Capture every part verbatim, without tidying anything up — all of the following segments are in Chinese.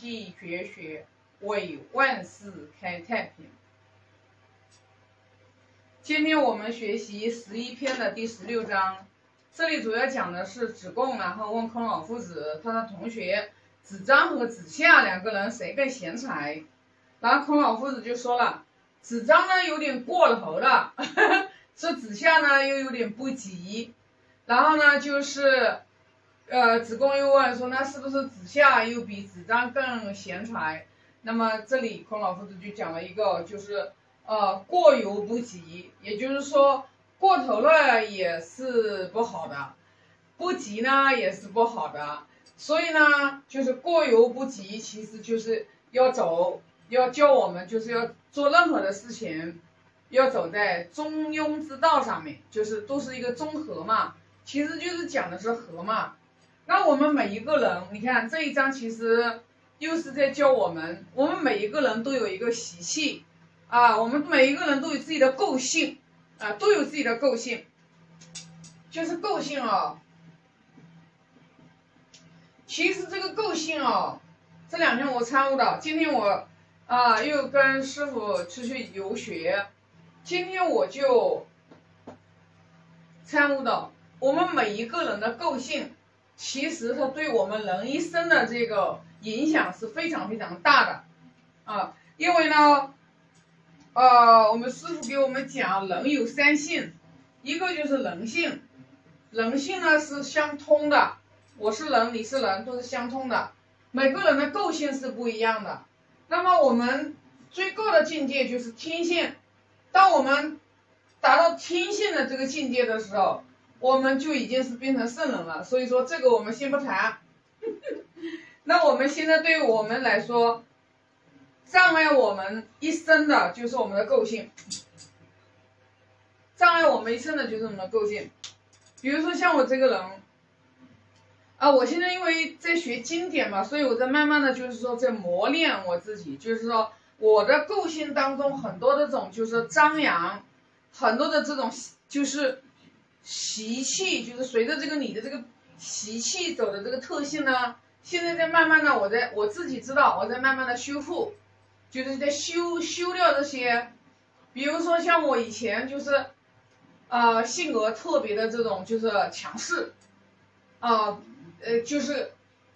气绝学，为万世开太平。今天我们学习十一篇的第十六章，这里主要讲的是子贡然后问孔老夫子他的同学子张和子夏两个人谁更贤才，然后孔老夫子就说了，子张呢有点过了头了，呵呵，说子夏呢又有点不及，然后呢就是呃子贡又问说那是不是子夏又比子张更贤才，那么这里孔老夫子就讲了一个就是呃过犹不及，也就是说过头了也是不好的，不及呢也是不好的，所以呢就是过犹不及，其实就是要走要教我们就是要做任何的事情要走在中庸之道上面，就是都是一个中和嘛，其实就是讲的是和嘛。那我们每一个人，你看这一章其实又是在教我们，我们每一个人都有一个习气啊，我们每一个人都有自己的构性啊，都有自己的构性，就是构性哦。其实这个构性哦，这两天我参悟到，今天我啊又跟师傅出去游学，今天我就参悟到，我们每一个人的构性，其实它对我们人一生的这个影响是非常非常大的啊，因为呢。呃，我们师傅给我们讲，人有三性，一个就是人性，人性呢是相通的，我是人，你是人，都是相通的，每个人的构性是不一样的。那么我们最高的境界就是天性，当我们达到天性的这个境界的时候，我们就已经是变成圣人了。所以说这个我们先不谈。那我们现在对于我们来说，障碍我们一生的就是我们的构性，障碍我们一生的就是我们的构性。比如说像我这个人啊，我现在因为在学经典嘛，所以我在慢慢的就是说在磨练我自己，就是说我的构性当中很多的这种就是张扬，很多的这种就是习气，就是随着这个你的这个习气走的这个特性呢，现在在慢慢的我在我自己知道我在慢慢的修复。就是在修修掉这些，比如说像我以前就是，呃，性格特别的这种就是强势，啊，呃，就是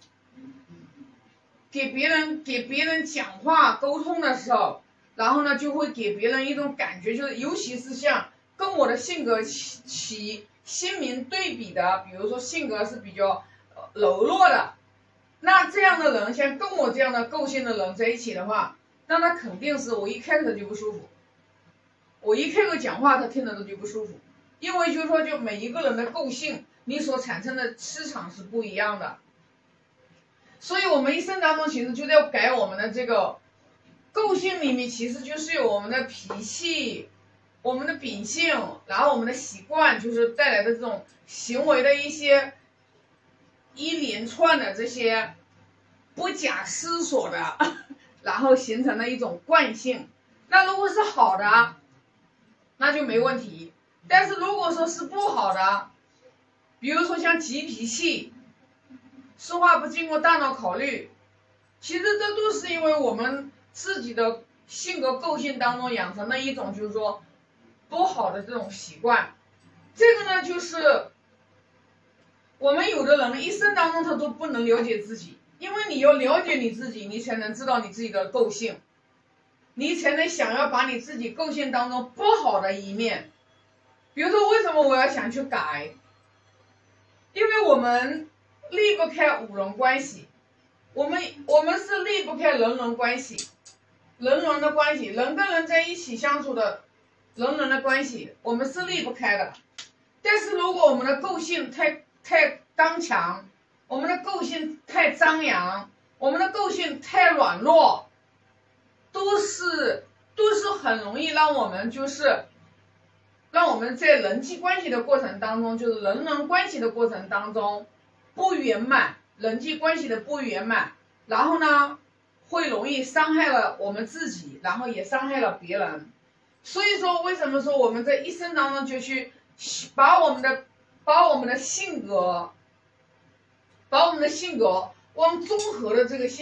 给别人给别人讲话沟通的时候，然后呢就会给别人一种感觉，就是尤其是像跟我的性格起起鲜明对比的，比如说性格是比较柔弱的，那这样的人像跟我这样的构性的人在一起的话。那他肯定是我一开口就不舒服，我一开口讲话他听着都就不舒服，因为就是说就每一个人的构性，你所产生的磁场是不一样的，所以我们一生当中其实就在改我们的这个构性里面，其实就是有我们的脾气、我们的秉性，然后我们的习惯，就是带来的这种行为的一些一连串的这些不假思索的。然后形成了一种惯性，那如果是好的，那就没问题。但是如果说是不好的，比如说像急脾气，说话不经过大脑考虑，其实这都是因为我们自己的性格构性当中养成的一种就是说不好的这种习惯。这个呢，就是我们有的人一生当中他都不能了解自己。因为你要了解你自己，你才能知道你自己的构性，你才能想要把你自己构性当中不好的一面，比如说为什么我要想去改，因为我们离不开五伦关系，我们我们是离不开人伦关系，人伦的关系，人跟人在一起相处的人伦的关系，我们是离不开的。但是如果我们的构性太太刚强，我们的构性太张扬，我们的构性太软弱，都是都是很容易让我们就是让我们在人际关系的过程当中，就是人伦关系的过程当中不圆满，人际关系的不圆满，然后呢会容易伤害了我们自己，然后也伤害了别人。所以说为什么说我们在一生当中就去把我们的把我们的性格把我们的性格往综合的这个性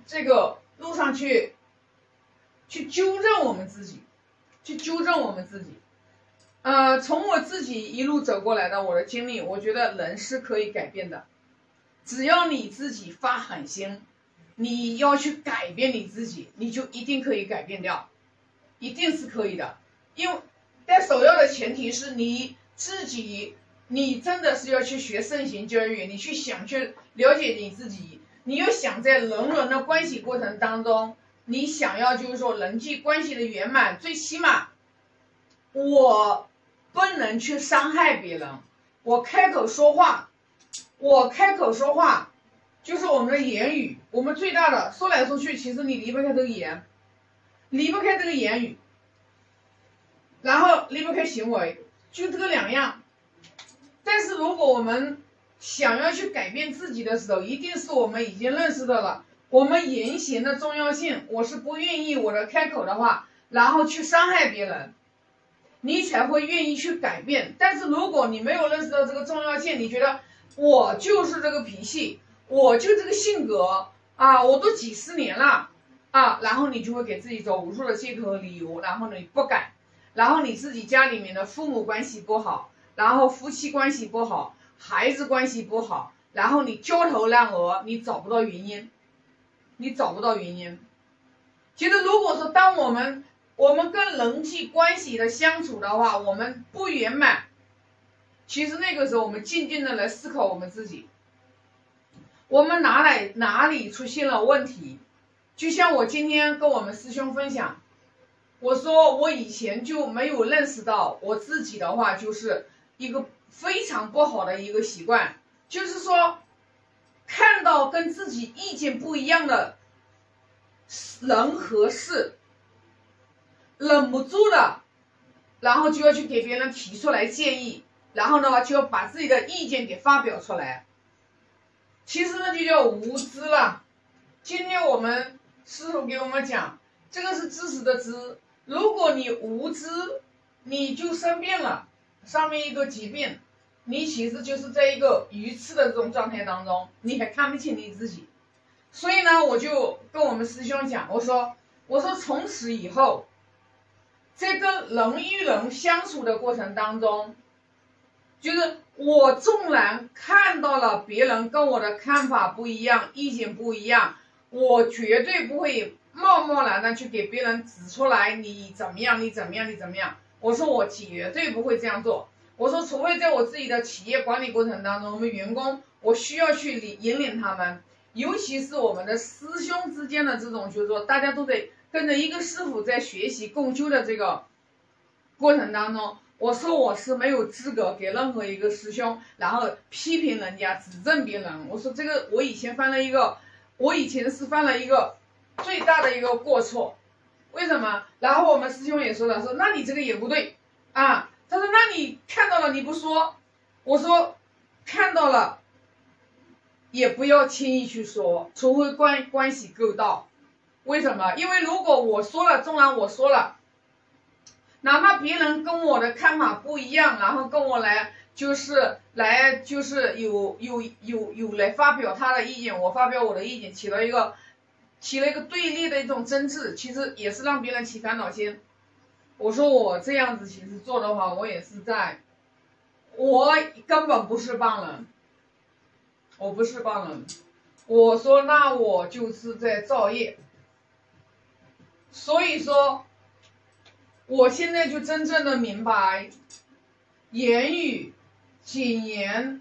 这个路上去去纠正我们自己，去纠正我们自己。呃，从我自己一路走过来的我的经历，我觉得人是可以改变的，只要你自己发狠心，你要去改变你自己，你就一定可以改变掉，一定是可以的。因为但首要的前提是你自己，你真的是要去学圣贤教育，你去想去了解你自己，你要想在人伦的关系过程当中，你想要就是说人际关系的圆满，最起码我不能去伤害别人，我开口说话，我开口说话就是我们的言语，我们最大的说来说去，其实你离不开这个言，离不开这个言语，然后离不开行为，就这个两样。但是如果我们想要去改变自己的时候，一定是我们已经认识到了我们言行的重要性，我是不愿意我的开口的话然后去伤害别人，你才会愿意去改变。但是如果你没有认识到这个重要性，你觉得我就是这个脾气，我就这个性格啊，我都几十年了啊，然后你就会给自己找无数的借口和理由，然后你不改，然后你自己家里面的父母关系不好，然后夫妻关系不好，孩子关系不好，然后你焦头烂额，你找不到原因，你找不到原因。其实如果说当我们我们跟人际关系的相处的话，我们不圆满，其实那个时候我们静静的来思考我们自己，我们哪里哪里出现了问题。就像我今天跟我们师兄分享，我说我以前就没有认识到我自己的话就是一个非常不好的一个习惯，就是说看到跟自己意见不一样的人和事，忍不住的然后就要去给别人提出来建议，然后呢就要把自己的意见给发表出来，其实呢就叫无知了。今天我们师傅给我们讲，这个是知识的知，如果你无知，你就生病了，上面一个疾病，你其实就是在一个愚痴的这种状态当中，你还看不清你自己。所以呢我就跟我们师兄讲，我说我说从此以后，在跟人与人相处的过程当中，就是我纵然看到了别人跟我的看法不一样，意见不一样，我绝对不会贸贸然的去给别人指出来你怎么样你怎么样你怎么样，我说我绝对不会这样做。我说除非在我自己的企业管理过程当中，我们员工我需要去引领他们，尤其是我们的师兄之间的这种，就是说大家都得跟着一个师傅在学习共修的这个过程当中，我说我是没有资格给任何一个师兄然后批评人家指正别人。我说这个我以前犯了一个我以前是犯了一个最大的一个过错。为什么？然后我们师兄也说了，说那你这个也不对啊，他说那你看到了你不说，我说看到了也不要轻易去说，除非关关系够到。为什么？因为如果我说了，纵然我说了，哪怕别人跟我的看法不一样，然后跟我来就是来就是有有有有来发表他的意见，我发表我的意见，起了一个起了一个对立的一种争执，其实也是让别人起烦恼心。我说我这样子其实做的话，我也是在，我根本不是帮人，我不是帮人，我说那我就是在造业。所以说我现在就真正的明白，言语谨言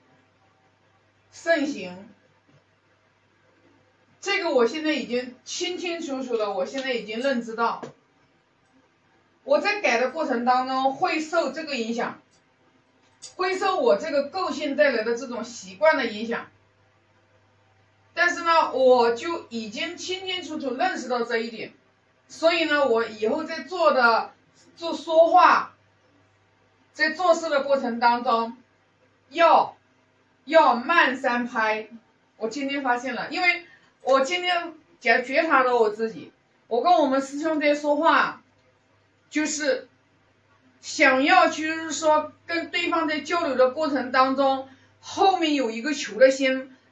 慎行，这个我现在已经清清楚楚的，我现在已经认知到，我在改的过程当中会受这个影响，会受我这个个性带来的这种习惯的影响。但是呢我就已经清清楚楚认识到这一点，所以呢我以后在做的做说话在做事的过程当中要要慢三拍。我今天发现了，因为我今天觉觉察了我自己，我跟我们师兄在说话，就是想要就是说跟对方在交流的过程当中，后面有一个求的心，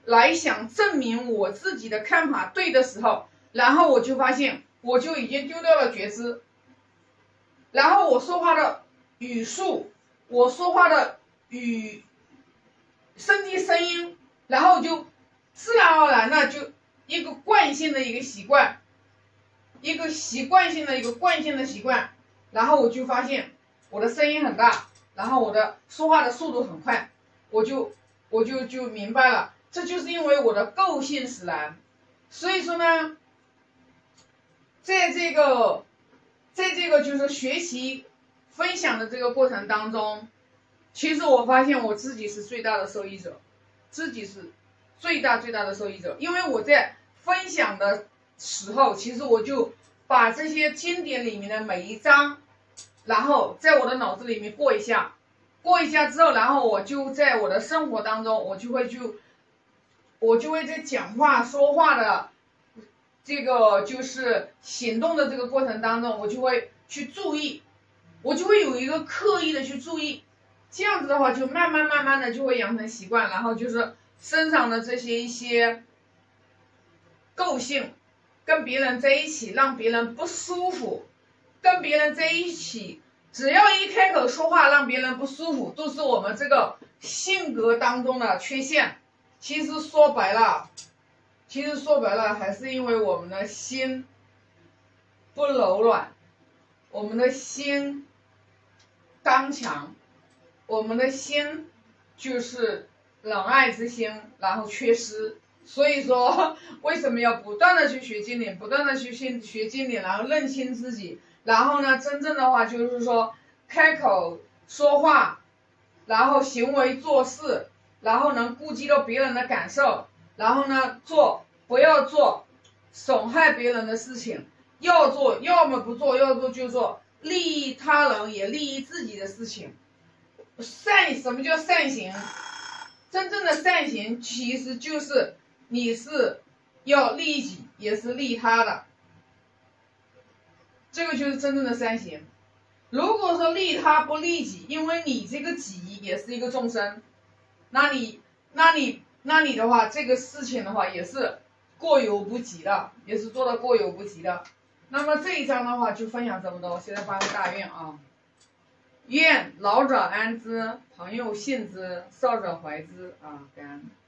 来想证明我自己的看法对的时候，然后我就发现我就已经丢掉了觉知，然后我说话的语速，我说话的语声音声音，然后就自然而然的就一个惯性的一个习惯，一个习惯性的一个惯性的习惯，然后我就发现我的声音很大，然后我的说话的速度很快，我就我就就明白了，这就是因为我的构性使然。所以说呢，在这个在这个就是学习分享的这个过程当中，其实我发现我自己是最大的受益者，自己是最大最大的受益者，因为我在分享的时候，其实我就把这些经典里面的每一章，然后在我的脑子里面过一下，过一下之后，然后我就在我的生活当中，我就会就我就会在讲话说话的这个就是行动的这个过程当中，我就会去注意，我就会有一个刻意的去注意，这样子的话就慢慢慢慢的就会养成习惯，然后就是身上的这些一些构性，跟别人在一起让别人不舒服，跟别人在一起只要一开口说话让别人不舒服，都是我们这个性格当中的缺陷。其实说白了其实说白了还是因为我们的心不柔软，我们的心刚强，我们的心就是冷爱之心，然后缺失。所以说为什么要不断的去学经典，不断的去学经典，然后认清自己，然后呢真正的话就是说开口说话，然后行为做事，然后能顾及到别人的感受，然后呢做不要做损害别人的事情，要做要么不做，要做就做利益他人也利益自己的事情。善什么叫善行？真正的善行其实就是你是要利己也是利他的，这个就是真正的善行。如果说利他不利己，因为你这个己也是一个众生，那你那你那你的话，这个事情的话也是过犹不及的，也是做的过犹不及的。那么这一章的话就分享这么多，现在发个大愿啊，愿老者安之，朋友信之，少者怀之啊，感恩。